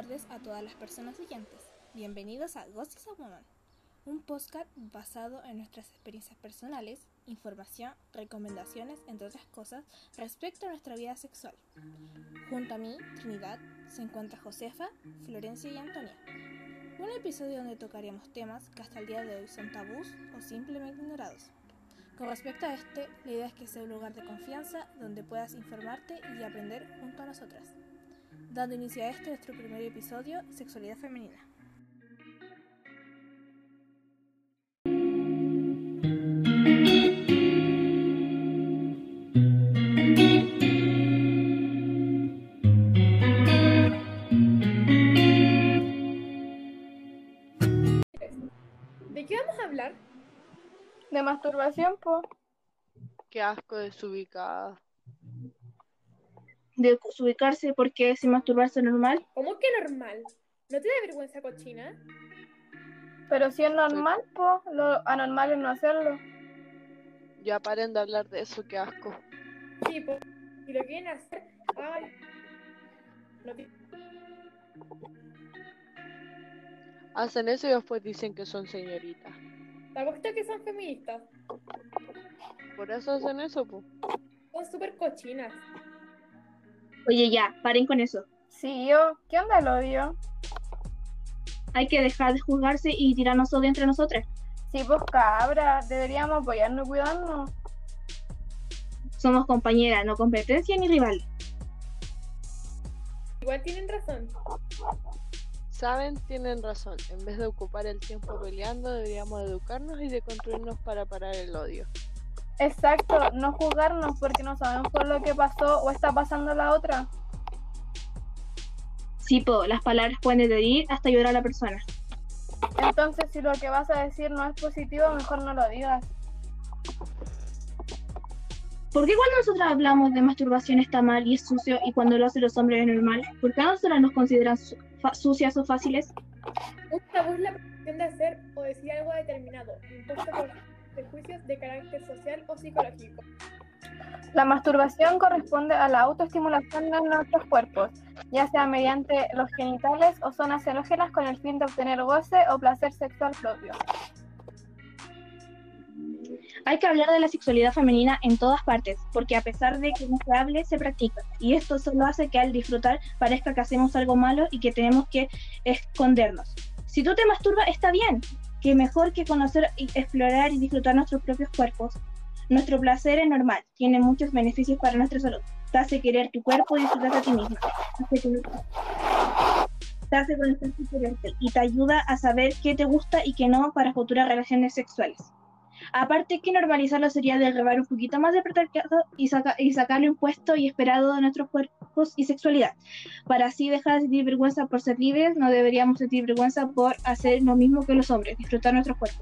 tardes a todas las personas oyentes. Bienvenidos a Ghost is a Woman, un podcast basado en nuestras experiencias personales, información, recomendaciones, entre otras cosas, respecto a nuestra vida sexual. Junto a mí, Trinidad, se encuentra Josefa, Florencia y Antonia. Un episodio donde tocaremos temas que hasta el día de hoy son tabús o simplemente ignorados. Con respecto a la idea es que sea un lugar de confianza donde puedas informarte y aprender junto a nosotras. Dando inicio a nuestro primer episodio, Sexualidad Femenina. ¿De qué vamos a hablar? De masturbación, po. Qué asco desubicada. De desubicarse, porque si masturbarse es normal. ¿Cómo que normal? ¿No te da vergüenza, cochina? Pero si es normal, po, lo anormal es no hacerlo. Ya paren de hablar de eso, qué asco. Sí, pues, si lo quieren hacer, ay. No te... Hacen eso y después dicen que son señoritas. ¿Te apuesto que son feministas? Por eso hacen eso, po. Son súper cochinas. Oye, ya, paren con eso. Sí, yo, ¿qué onda el odio? Hay que dejar de juzgarse y tirarnos odio entre nosotras. Sí, pues cabra, deberíamos apoyarnos y cuidarnos. Somos compañeras, no competencia ni rival. Igual tienen razón. Saben, tienen razón. En vez de ocupar el tiempo peleando, deberíamos educarnos y deconstruirnos para parar el odio. Exacto, no juzgarnos porque no sabemos por lo que pasó o está pasando la otra. Sí, las palabras pueden herir hasta llorar a la persona. Entonces, si lo que vas a decir no es positivo, mejor no lo digas. ¿Por qué cuando nosotros hablamos de masturbación está mal y es sucio y cuando lo hacen los hombres es normal? ¿Por qué a nosotras nos consideran sucias o fáciles? Un tabú es la prohibición de hacer o decir algo determinado, impuesto por prejuicios de carácter social o psicológico. La masturbación corresponde a la autoestimulación de nuestros cuerpos, ya sea mediante los genitales o zonas erógenas con el fin de obtener goce o placer sexual propio. Hay que hablar de la sexualidad femenina en todas partes, porque a pesar de que no se hable, se practica. Y esto solo hace que al disfrutar parezca que hacemos algo malo y que tenemos que escondernos. Si tú te masturbas, está bien, que mejor que conocer, explorar y disfrutar nuestros propios cuerpos. Nuestro placer es normal, tiene muchos beneficios para nuestra salud. Te hace querer tu cuerpo y disfrutar a ti misma. Te hace conocer tu cuerpo y te ayuda a saber qué te gusta y qué no para futuras relaciones sexuales. Aparte que normalizarlo sería derribar un poquito más de patriarcado y sacarle un puesto y esperado de nuestros cuerpos y sexualidad. Para así dejar de sentir vergüenza por ser libres, no deberíamos sentir vergüenza por hacer lo mismo que los hombres, disfrutar nuestros cuerpos.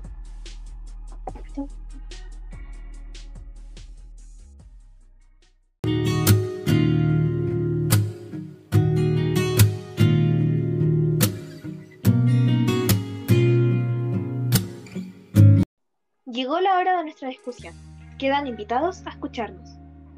Llegó la hora de nuestra discusión. Quedan invitados a escucharnos.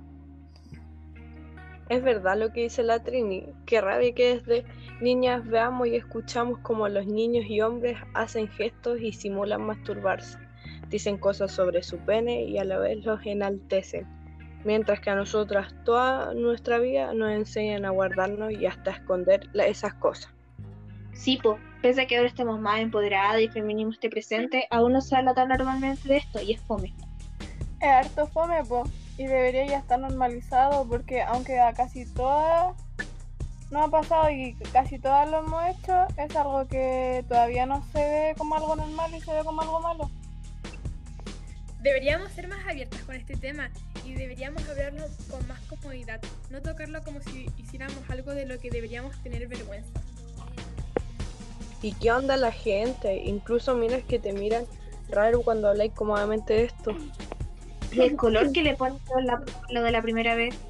Es verdad lo que dice la Trini. Qué rabia que desde niñas veamos y escuchamos como los niños y hombres hacen gestos y simulan masturbarse. Dicen cosas sobre su pene y a la vez los enaltecen. Mientras que a nosotras toda nuestra vida nos enseñan a guardarnos y hasta a esconder esas cosas. Sí, pese a que ahora estemos más empoderadas y el feminismo esté presente, aún no se habla tan normalmente de esto y es fome. Es harto fome, y debería ya estar normalizado porque aunque a casi todas no ha pasado y casi todas lo hemos hecho, es algo que todavía no se ve como algo normal y se ve como algo malo. Deberíamos ser más abiertas con este tema y deberíamos hablarlo con más comodidad, no tocarlo como si hiciéramos algo de lo que deberíamos tener vergüenza. ¿Y qué onda la gente? Incluso miras que te miran raro cuando habláis cómodamente de esto. El color que le ponen lo de la primera vez.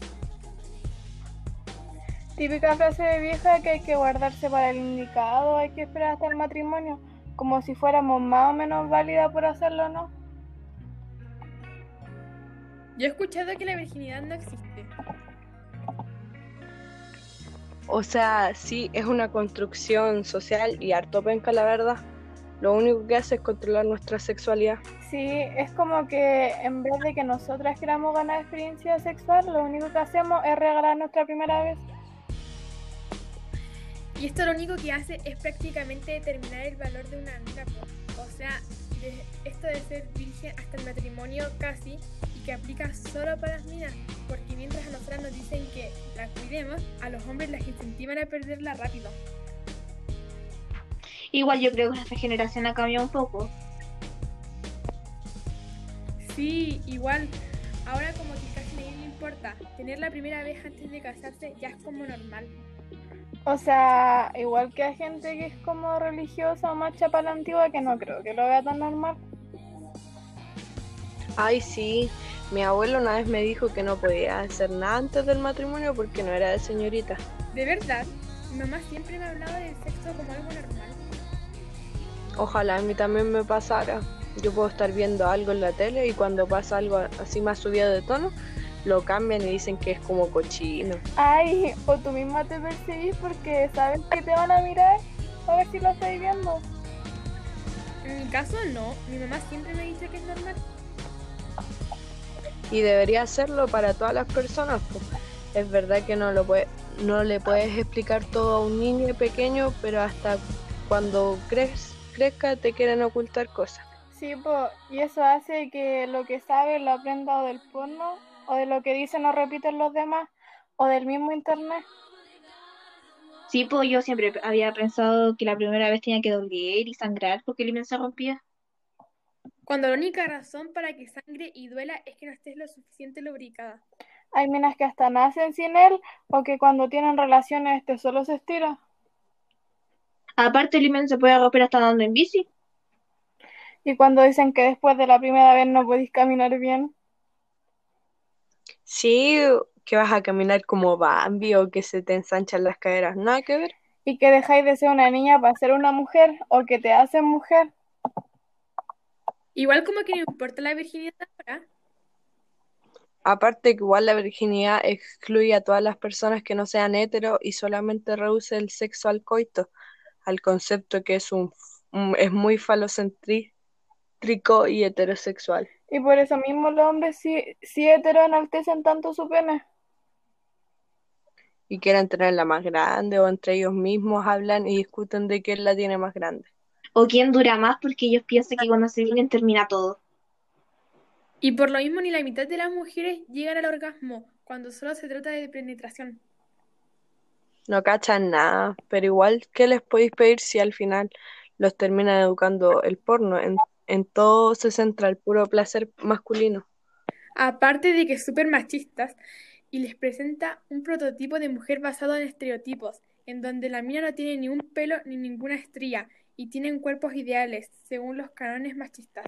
Típica frase de vieja que hay que guardarse para el indicado, hay que esperar hasta el matrimonio, como si fuéramos más o menos válidas por hacerlo, ¿no? Yo he escuchado que la virginidad no existe. O sea, sí, es una construcción social y harto penca, la verdad. Lo único que hace es controlar nuestra sexualidad. Sí, es como que en vez de que nosotras queramos ganar experiencia sexual, lo único que hacemos es regalar nuestra primera vez. Y esto lo único que hace es prácticamente determinar el valor de una mina, o sea, esto de ser virgen hasta el matrimonio casi, y que aplica solo para las minas, porque mientras a nosotras nos dicen que la cuidemos, a los hombres las incentivan a perderla rápido. Igual yo creo que nuestra generación ha cambiado un poco. Sí, igual, ahora como que casi a nadie le importa, tener la primera vez antes de casarse ya es como normal. O sea, igual que hay gente que es como religiosa o más chapa a la antigua, que no creo que lo vea tan normal. Ay, sí, mi abuelo una vez me dijo que no podía hacer nada antes del matrimonio porque no era de señorita. De verdad, mi mamá siempre me ha hablado del sexo como algo normal. Ojalá a mí también me pasara. Yo puedo estar viendo algo en la tele y cuando pasa algo así más subido de tono, lo cambian y dicen que es como cochino. Ay, o tú misma te percibís porque sabes que te van a mirar a ver si lo estáis viendo. En mi caso no, mi mamá siempre me dice que es normal. Y debería hacerlo para todas las personas, pues. Es verdad que no le puedes explicar todo a un niño pequeño, pero hasta cuando crezca te quieren ocultar cosas. Sí, pues, y eso hace que lo que sabes lo aprenda o del porno, o de lo que dicen o repiten los demás, o del mismo internet. Sí, pues yo siempre había pensado que la primera vez tenía que doler y sangrar porque el himen se rompía. Cuando la única razón para que sangre y duela es que no estés lo suficiente lubricada. Hay minas que hasta nacen sin él, o que cuando tienen relaciones este solo se estira. Aparte el himen se puede romper hasta andando en bici. Y cuando dicen que después de la primera vez no podéis caminar bien. Sí, que vas a caminar como Bambi o que se te ensanchan las caderas, nada que ver. Y que dejáis de ser una niña para ser una mujer, o que te hacen mujer. Igual como que no importa la virginidad ahora. Aparte que igual la virginidad excluye a todas las personas que no sean hetero y solamente reduce el sexo al coito, al concepto que es muy falocéntrico y heterosexual. Y por eso mismo los hombres sí hetero enaltecen tanto su pene. Y quieren tenerla más grande o entre ellos mismos hablan y discuten de quién la tiene más grande. O quién dura más porque ellos piensan que cuando se vienen termina todo. Y por lo mismo ni la mitad de las mujeres llegan al orgasmo cuando solo se trata de penetración. No cachan nada, pero igual, ¿qué les podéis pedir si al final los termina educando el porno? En todo se centra el puro placer masculino. Aparte de que es súper machistas y les presenta un prototipo de mujer basado en estereotipos, en donde la mina no tiene ni un pelo ni ninguna estría y tienen cuerpos ideales, según los cánones machistas.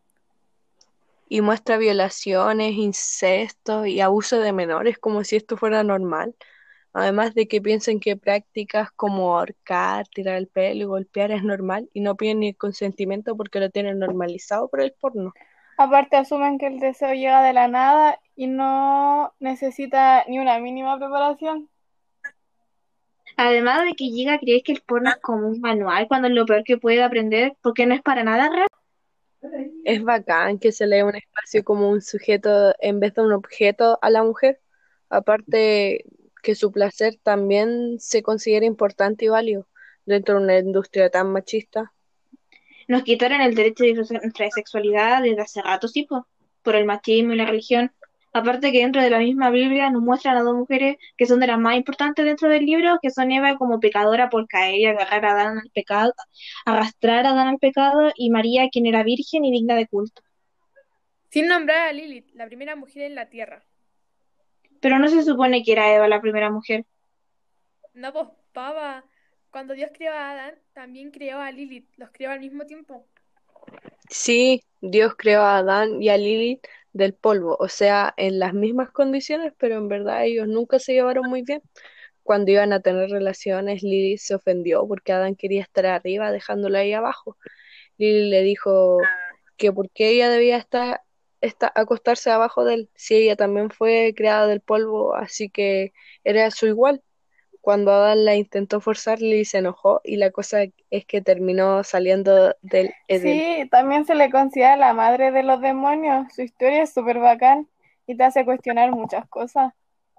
Y muestra violaciones, incestos y abuso de menores como si esto fuera normal. Además de que piensen que prácticas como ahorcar, tirar el pelo y golpear es normal y no piden ni consentimiento porque lo tienen normalizado por el porno. Aparte asumen que el deseo llega de la nada y no necesita ni una mínima preparación. Además de que llega a creer que el porno es como un manual cuando es lo peor que puede aprender porque no es para nada real. Es bacán que se le dé un espacio como un sujeto en vez de un objeto a la mujer. Aparte que su placer también se considera importante y válido dentro de una industria tan machista. Nos quitaron el derecho de disfrutar nuestra sexualidad desde hace rato, sí, po, por el machismo y la religión. Aparte que dentro de la misma Biblia nos muestran a dos mujeres que son de las más importantes dentro del libro, que son Eva como pecadora por caer y agarrar a Adán al pecado, arrastrar a Adán al pecado, y María quien era virgen y digna de culto. Sin nombrar a Lilith, la primera mujer en la Tierra. Pero no se supone que era Eva la primera mujer. No, pues, pava. Cuando Dios creó a Adán, también creó a Lilith. Los creó al mismo tiempo. Sí, Dios creó a Adán y a Lilith del polvo, o sea, en las mismas condiciones, pero en verdad ellos nunca se llevaron muy bien. Cuando iban a tener relaciones, Lilith se ofendió porque Adán quería estar arriba, dejándolo ahí abajo. Lilith le dijo que por qué ella debía acostarse abajo de él, si ella también fue creada del polvo, así que era su igual. Cuando Adán la intentó forzar, Lilith se enojó y la cosa es que terminó saliendo del Edén. Sí, también se le considera la madre de los demonios. Su historia es súper bacán y te hace cuestionar muchas cosas.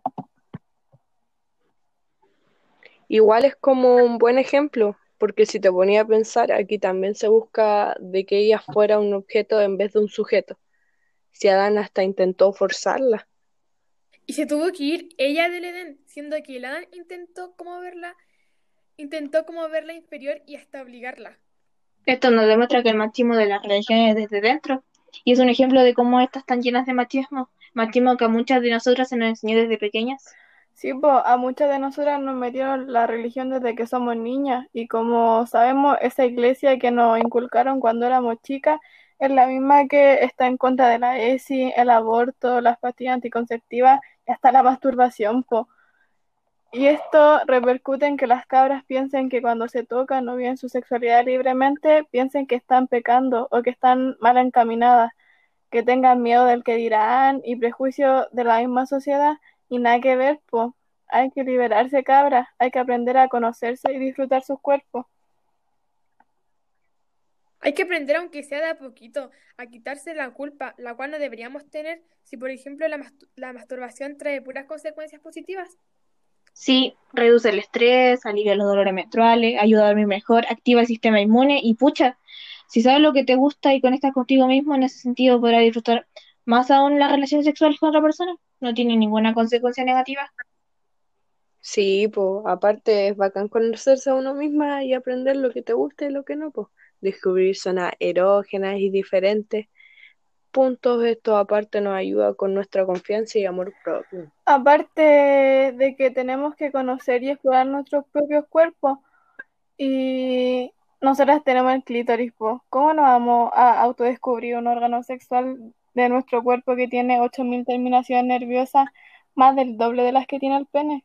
Igual es como un buen ejemplo, porque si te ponía a pensar, aquí también se busca de que ella fuera un objeto en vez de un sujeto. Si Adán hasta intentó forzarla. Y se tuvo que ir ella del Edén, siendo que el Adán intentó como verla inferior y hasta obligarla. Esto nos demuestra que el machismo de las religiones es desde dentro, y es un ejemplo de cómo estas están llenas de machismo que a muchas de nosotras se nos enseñó desde pequeñas. Sí, pues a muchas de nosotras nos metieron la religión desde que somos niñas y como sabemos, esa iglesia que nos inculcaron cuando éramos chicas es la misma que está en contra de la ESI, el aborto, las pastillas anticonceptivas y hasta la masturbación, po. Y esto repercute en que las cabras piensen que cuando se tocan o viven su sexualidad libremente, piensen que están pecando o que están mal encaminadas, que tengan miedo del que dirán y prejuicio de la misma sociedad y nada que ver, po. Hay que liberarse, cabras, hay que aprender a conocerse y disfrutar sus cuerpos. Hay que aprender, aunque sea de a poquito, a quitarse la culpa, la cual no deberíamos tener si, por ejemplo, la masturbación trae puras consecuencias positivas. Sí, reduce el estrés, alivia los dolores menstruales, ayuda a dormir mejor, activa el sistema inmune y pucha, si sabes lo que te gusta y conectas contigo mismo, en ese sentido podrás disfrutar más aún las relaciones sexuales con otra persona. No tiene ninguna consecuencia negativa. Sí, pues, aparte es bacán conocerse a uno misma y aprender lo que te gusta y lo que no, pues. Descubrir zonas erógenas y diferentes puntos. Esto aparte nos ayuda con nuestra confianza y amor propio. Aparte de que tenemos que conocer y explorar nuestros propios cuerpos y nosotras tenemos el clítoris, po. ¿Cómo nos vamos a autodescubrir un órgano sexual de nuestro cuerpo que tiene 8000 terminaciones nerviosas, más del doble de las que tiene el pene?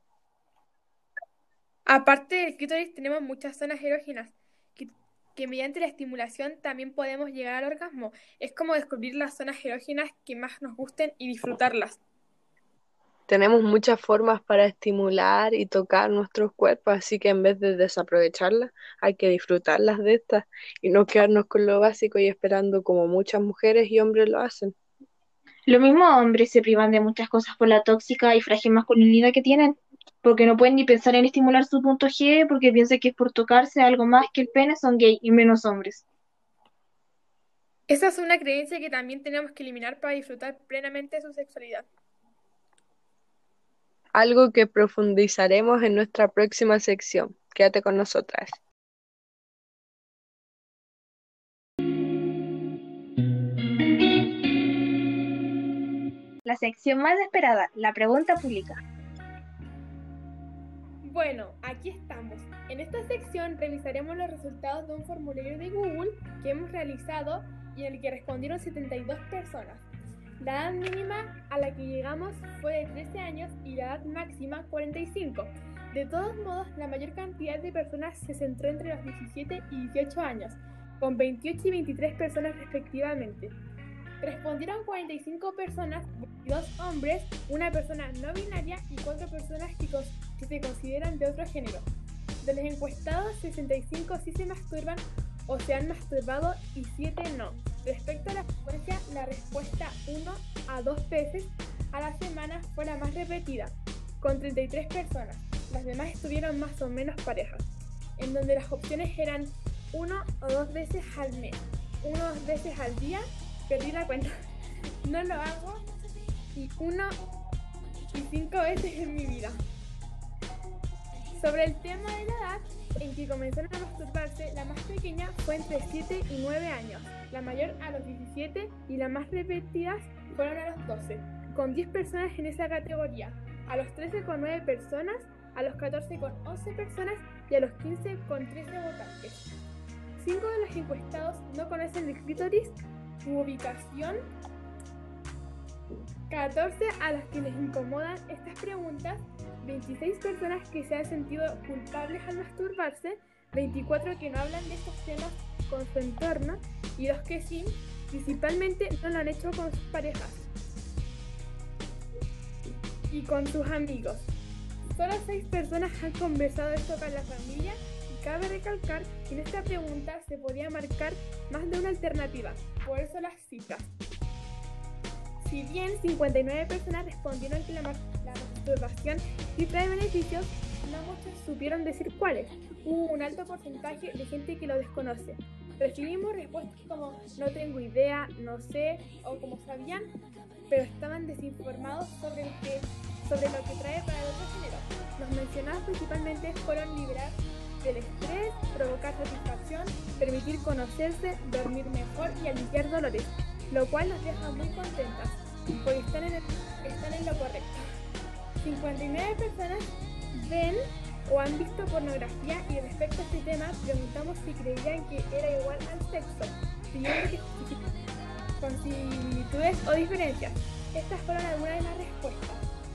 Aparte del clítoris tenemos muchas zonas erógenas, que mediante la estimulación también podemos llegar al orgasmo. Es como descubrir las zonas erógenas que más nos gusten y disfrutarlas. Tenemos muchas formas para estimular y tocar nuestros cuerpos, así que en vez de desaprovecharlas, hay que disfrutarlas de estas y no quedarnos con lo básico y esperando como muchas mujeres y hombres lo hacen. Lo mismo hombres se privan de muchas cosas por la tóxica y frágil masculinidad que tienen, porque no pueden ni pensar en estimular su punto G, porque piensan que es por tocarse algo más que el pene son gay y menos hombres. Esa es una creencia que también tenemos que eliminar para disfrutar plenamente su sexualidad. Algo que profundizaremos en nuestra próxima sección. Quédate con nosotras. La sección más esperada, la pregunta pública. Bueno, aquí estamos. En esta sección revisaremos los resultados de un formulario de Google que hemos realizado y en el que respondieron 72 personas. La edad mínima a la que llegamos fue de 13 años y la edad máxima 45. De todos modos, la mayor cantidad de personas se centró entre los 17 y 18 años, con 28 y 23 personas respectivamente. Respondieron 45 personas, 22 hombres, una persona no binaria y 4 personas que se consideran de otro género. De los encuestados, 65 sí se masturban o se han masturbado y 7 no. Respecto a la frecuencia, la respuesta 1 a 2 veces a la semana fue la más repetida, con 33 personas. Las demás estuvieron más o menos parejas, en donde las opciones eran 1 o 2 veces al mes, 1 o 2 veces al día, perdí la cuenta, no lo hago, y 1 y 5 veces en mi vida. Sobre el tema de la edad en que comenzaron a masturbarse, la más pequeña fue entre 7 y 9 años, la mayor a los 17 y las más repetidas fueron a los 12, con 10 personas en esa categoría, a los 13 con 9 personas, a los 14 con 11 personas y a los 15 con 13 votantes. 5 de los encuestados no conocen el clítoris u ubicación, 14 a los que les incomodan estas preguntas, 26 personas que se han sentido culpables al masturbarse, 24 que no hablan de estos temas con su entorno y los que sí, principalmente no lo han hecho con sus parejas y con sus amigos. Solo 6 personas han conversado esto con la familia y cabe recalcar que en esta pregunta se podía marcar más de una alternativa, por eso las cifras. Si bien 59 personas respondieron que la masturbación sí trae beneficios, no muchos supieron decir cuáles. Hubo un alto porcentaje de gente que lo desconoce. Recibimos respuestas como no tengo idea, no sé, o como sabían, pero estaban desinformados sobre lo que trae para el otro género. Los mencionados principalmente fueron liberar del estrés, provocar satisfacción, permitir conocerse, dormir mejor y aliviar dolores, lo cual nos deja muy contentas, porque están en lo correcto. 59 personas ven o han visto pornografía y respecto a este tema preguntamos si creían que era igual al sexo, pidiendo que justifiquen con similitudes o diferencias. Estas fueron algunas de las respuestas.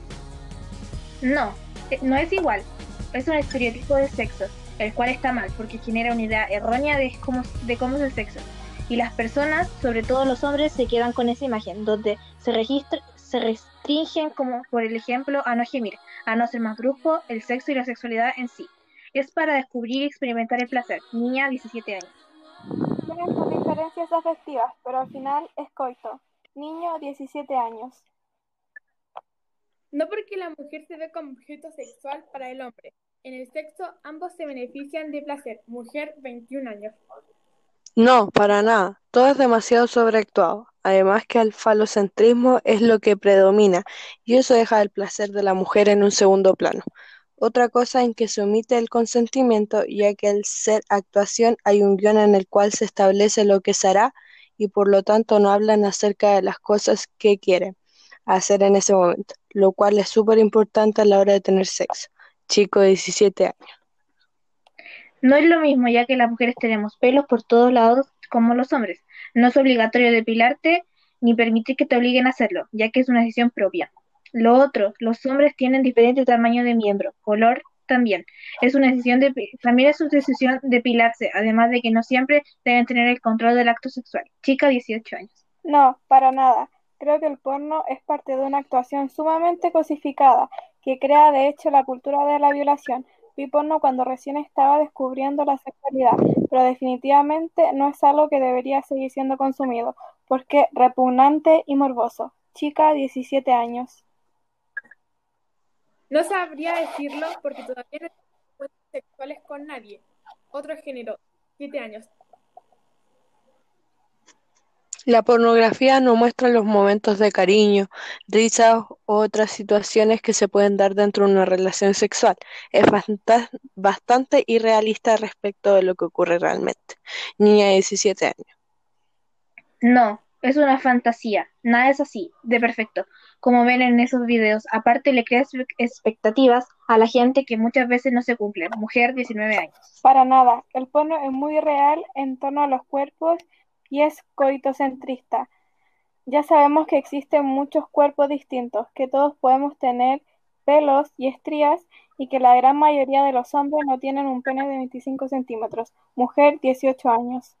No es igual. Es un estereotipo de sexo, el cual está mal porque genera una idea errónea de cómo es el sexo. Y las personas, sobre todo los hombres, se quedan con esa imagen, donde se restringen, como por el ejemplo, a no gemir, a no ser más brusco, el sexo y la sexualidad en sí. Es para descubrir y experimentar el placer. Niña, 17 años. Tienen sus diferencias afectivas, pero al final es coito. Niño, 17 años. No porque la mujer se ve como objeto sexual para el hombre. En el sexo ambos se benefician de placer. Mujer, 21 años. No, para nada. Todo es demasiado sobreactuado. Además que el falocentrismo es lo que predomina y eso deja el placer de la mujer en un segundo plano. Otra cosa en que se omite el consentimiento, ya que al ser actuación hay un guión en el cual se establece lo que se hará y por lo tanto no hablan acerca de las cosas que quieren hacer en ese momento, lo cual es súper importante a la hora de tener sexo. Chico de 17 años. No es lo mismo, ya que las mujeres tenemos pelos por todos lados como los hombres. No es obligatorio depilarte ni permitir que te obliguen a hacerlo, ya que es una decisión propia. Lo otro, los hombres tienen diferente tamaño de miembro, color también. También es su decisión depilarse, además de que no siempre deben tener el control del acto sexual. Chica, 18 años. No, para nada. Creo que el porno es parte de una actuación sumamente cosificada, que crea de hecho la cultura de la violación. Vi porno cuando recién estaba descubriendo la sexualidad, pero definitivamente no es algo que debería seguir siendo consumido, porque repugnante y morboso. Chica, 17 años. No sabría decirlo porque todavía no tengo encuentros sexuales con nadie. Otro género, 7 años. La pornografía no muestra los momentos de cariño, risas u otras situaciones que se pueden dar dentro de una relación sexual. Es bastante irrealista respecto de lo que ocurre realmente. Niña de 17 años. No, es una fantasía. Nada es así, de perfecto, como ven en esos videos. Aparte le crea expectativas a la gente que muchas veces no se cumplen. Mujer, 19 años. Para nada. El porno es muy real en torno a los cuerpos y es coitocentrista. Ya sabemos que existen muchos cuerpos distintos, que todos podemos tener pelos y estrías y que la gran mayoría de los hombres no tienen un pene de 25 centímetros. Mujer, 18 años.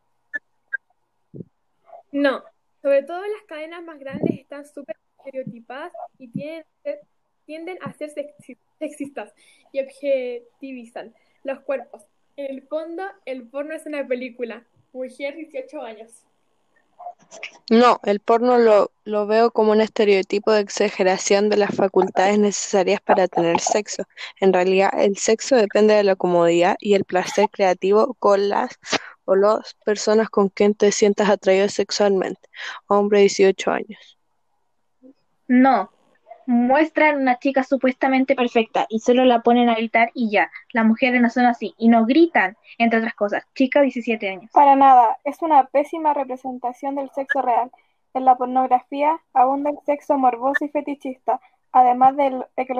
No, sobre todo las cadenas más grandes están súper estereotipadas y tienden a ser sexistas y objetivizan los cuerpos. En el fondo, el porno es una película. Mujer, 18 años. No, el porno lo veo como un estereotipo de exageración de las facultades necesarias para tener sexo. En realidad, el sexo depende de la comodidad y el placer creativo con las o las personas con quien te sientas atraído sexualmente. Hombre, 18 años. No, muestran una chica supuestamente perfecta y solo la ponen a gritar y ya. Las mujeres no son así y no gritan, entre otras cosas. Chica, 17 años. Para nada, es una pésima representación del sexo real. En la pornografía abunda el sexo morboso y fetichista, además de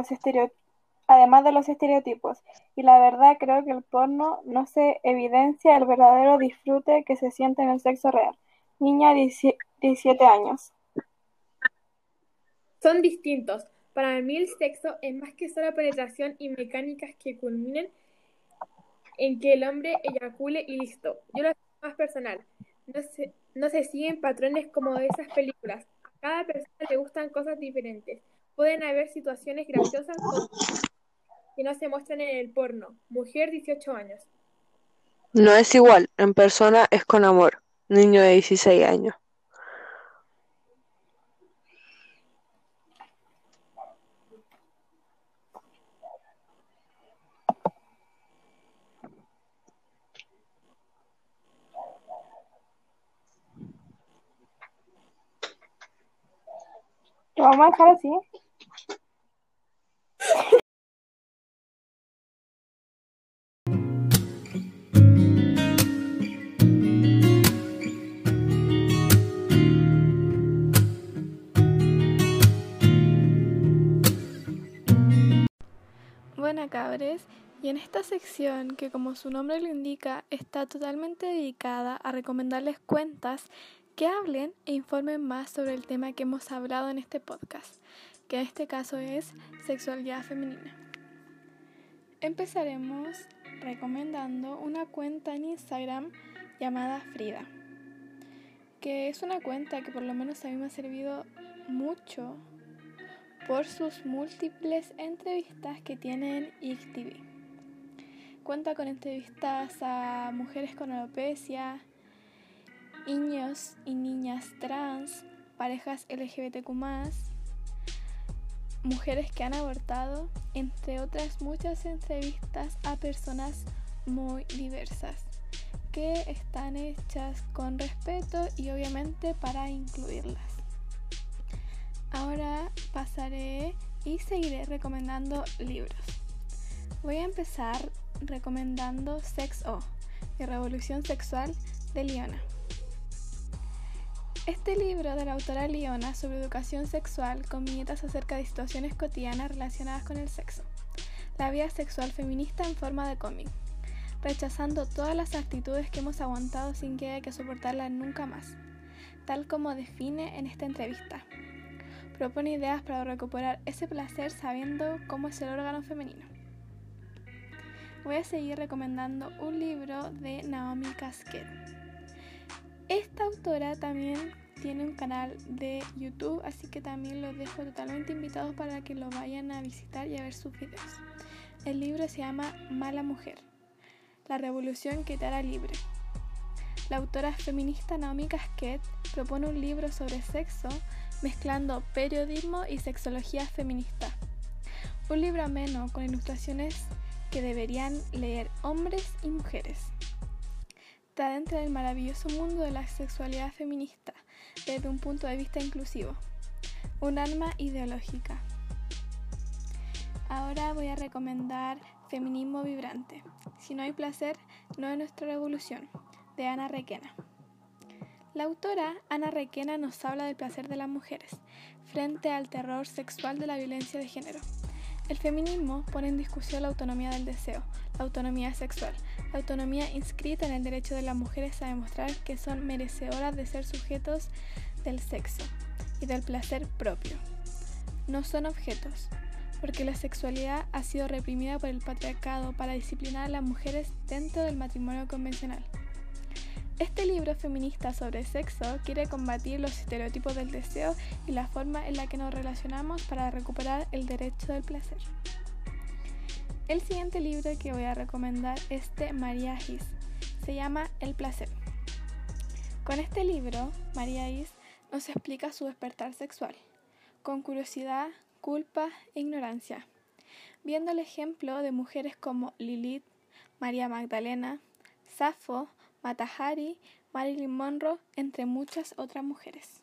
los estereotipos. Y la verdad creo que el porno no se evidencia el verdadero disfrute que se siente en el sexo real. Niña, 17 años. Son distintos. Para mí el sexo es más que solo penetración y mecánicas que culminen en que el hombre eyacule y listo. Yo lo hago más personal. No se siguen patrones como de esas películas. A cada persona le gustan cosas diferentes. Pueden haber situaciones graciosas o que no se muestran en el porno. Mujer, 18 años. No es igual, en persona es con amor. Niño de 16 años. ¿Lo vamos a dejar así? Buenas cabres, y en esta sección que como su nombre lo indica está totalmente dedicada a recomendarles cuentas que hablen e informen más sobre el tema que hemos hablado en este podcast, que en este caso es sexualidad femenina. Empezaremos recomendando una cuenta en Instagram llamada Frida, que es una cuenta que por lo menos a mí me ha servido mucho por sus múltiples entrevistas que tiene en IGTV. Cuenta con entrevistas a mujeres con alopecia, niños y niñas trans, parejas LGBTQ+, mujeres que han abortado, entre otras muchas entrevistas a personas muy diversas, que están hechas con respeto y obviamente para incluirlas. Ahora pasaré y seguiré recomendando libros. Voy a empezar recomendando Sex O, de Revolución Sexual, de Liona. Este libro de la autora Liona sobre educación sexual con viñetas acerca de situaciones cotidianas relacionadas con el sexo, la vida sexual feminista en forma de cómic, rechazando todas las actitudes que hemos aguantado sin que haya que soportarlas nunca más, tal como define en esta entrevista. Propone ideas para recuperar ese placer sabiendo cómo es el órgano femenino. Voy a seguir recomendando un libro de Naomi Casquet. Esta autora también tiene un canal de YouTube, así que también los dejo totalmente invitados para que lo vayan a visitar y a ver sus videos. El libro se llama Mala Mujer, la revolución que te hará libre. La autora feminista Naomi Casquet propone un libro sobre sexo mezclando periodismo y sexología feminista. Un libro ameno con ilustraciones que deberían leer hombres y mujeres. Te adentra en el maravilloso mundo de la sexualidad feminista desde un punto de vista inclusivo, un arma ideológica. Ahora voy a recomendar Feminismo Vibrante. Si no hay placer, no es nuestra revolución, de Ana Requena. La autora Ana Requena nos habla del placer de las mujeres frente al terror sexual de la violencia de género. El feminismo pone en discusión la autonomía del deseo, la autonomía sexual, la autonomía inscrita en el derecho de las mujeres a demostrar que son merecedoras de ser sujetos del sexo y del placer propio. No son objetos, porque la sexualidad ha sido reprimida por el patriarcado para disciplinar a las mujeres dentro del matrimonio convencional. Este libro feminista sobre sexo quiere combatir los estereotipos del deseo y la forma en la que nos relacionamos para recuperar el derecho del placer. El siguiente libro que voy a recomendar es de María Is. Se llama El placer. Con este libro, María Is nos explica su despertar sexual, con curiosidad, culpa e ignorancia, viendo el ejemplo de mujeres como Lilith, María Magdalena, Safo, Mata Hari, Marilyn Monroe, entre muchas otras mujeres.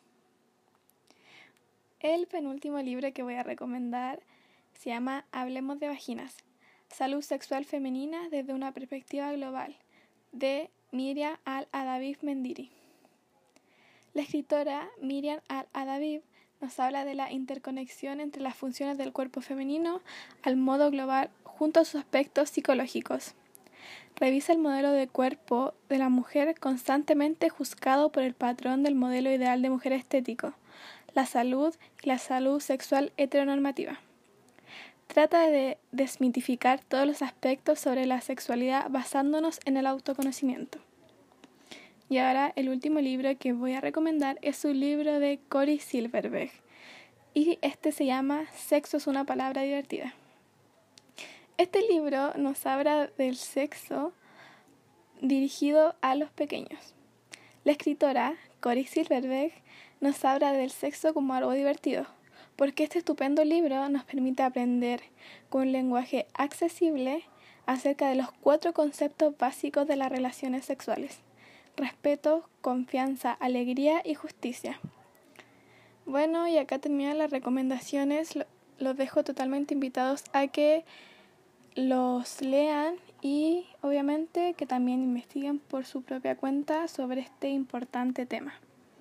El penúltimo libro que voy a recomendar se llama Hablemos de vaginas, salud sexual femenina desde una perspectiva global, de Miriam Al-Adaviv Mendiri. La escritora Miriam Al-Adaviv nos habla de la interconexión entre las funciones del cuerpo femenino al modo global junto a sus aspectos psicológicos. Revisa el modelo de cuerpo de la mujer constantemente juzgado por el patrón del modelo ideal de mujer estético, la salud y la salud sexual heteronormativa. Trata de desmitificar todos los aspectos sobre la sexualidad basándonos en el autoconocimiento. Y ahora el último libro que voy a recomendar es un libro de Cory Silverberg y este se llama Sexo es una palabra divertida. Este libro nos habla del sexo dirigido a los pequeños. La escritora Cory Silverberg nos habla del sexo como algo divertido, porque este estupendo libro nos permite aprender con un lenguaje accesible acerca de los 4 conceptos básicos de las relaciones sexuales: respeto, confianza, alegría y justicia. Bueno, y acá terminan las recomendaciones. Los dejo totalmente invitados a que los lean y obviamente que también investiguen por su propia cuenta sobre este importante tema.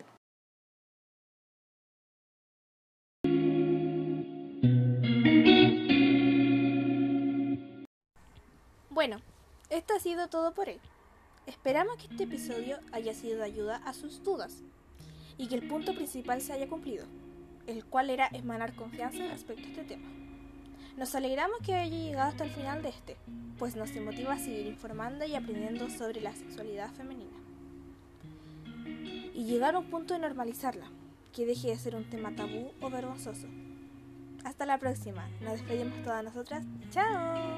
Bueno, esto ha sido todo por hoy. Esperamos que este episodio haya sido de ayuda a sus dudas y que el punto principal se haya cumplido, el cual era emanar confianza respecto a este tema. Nos alegramos que haya llegado hasta el final de este, pues nos motiva a seguir informando y aprendiendo sobre la sexualidad femenina. Y llegar a un punto de normalizarla, que deje de ser un tema tabú o vergonzoso. Hasta la próxima, nos despedimos todas nosotras. ¡Chao!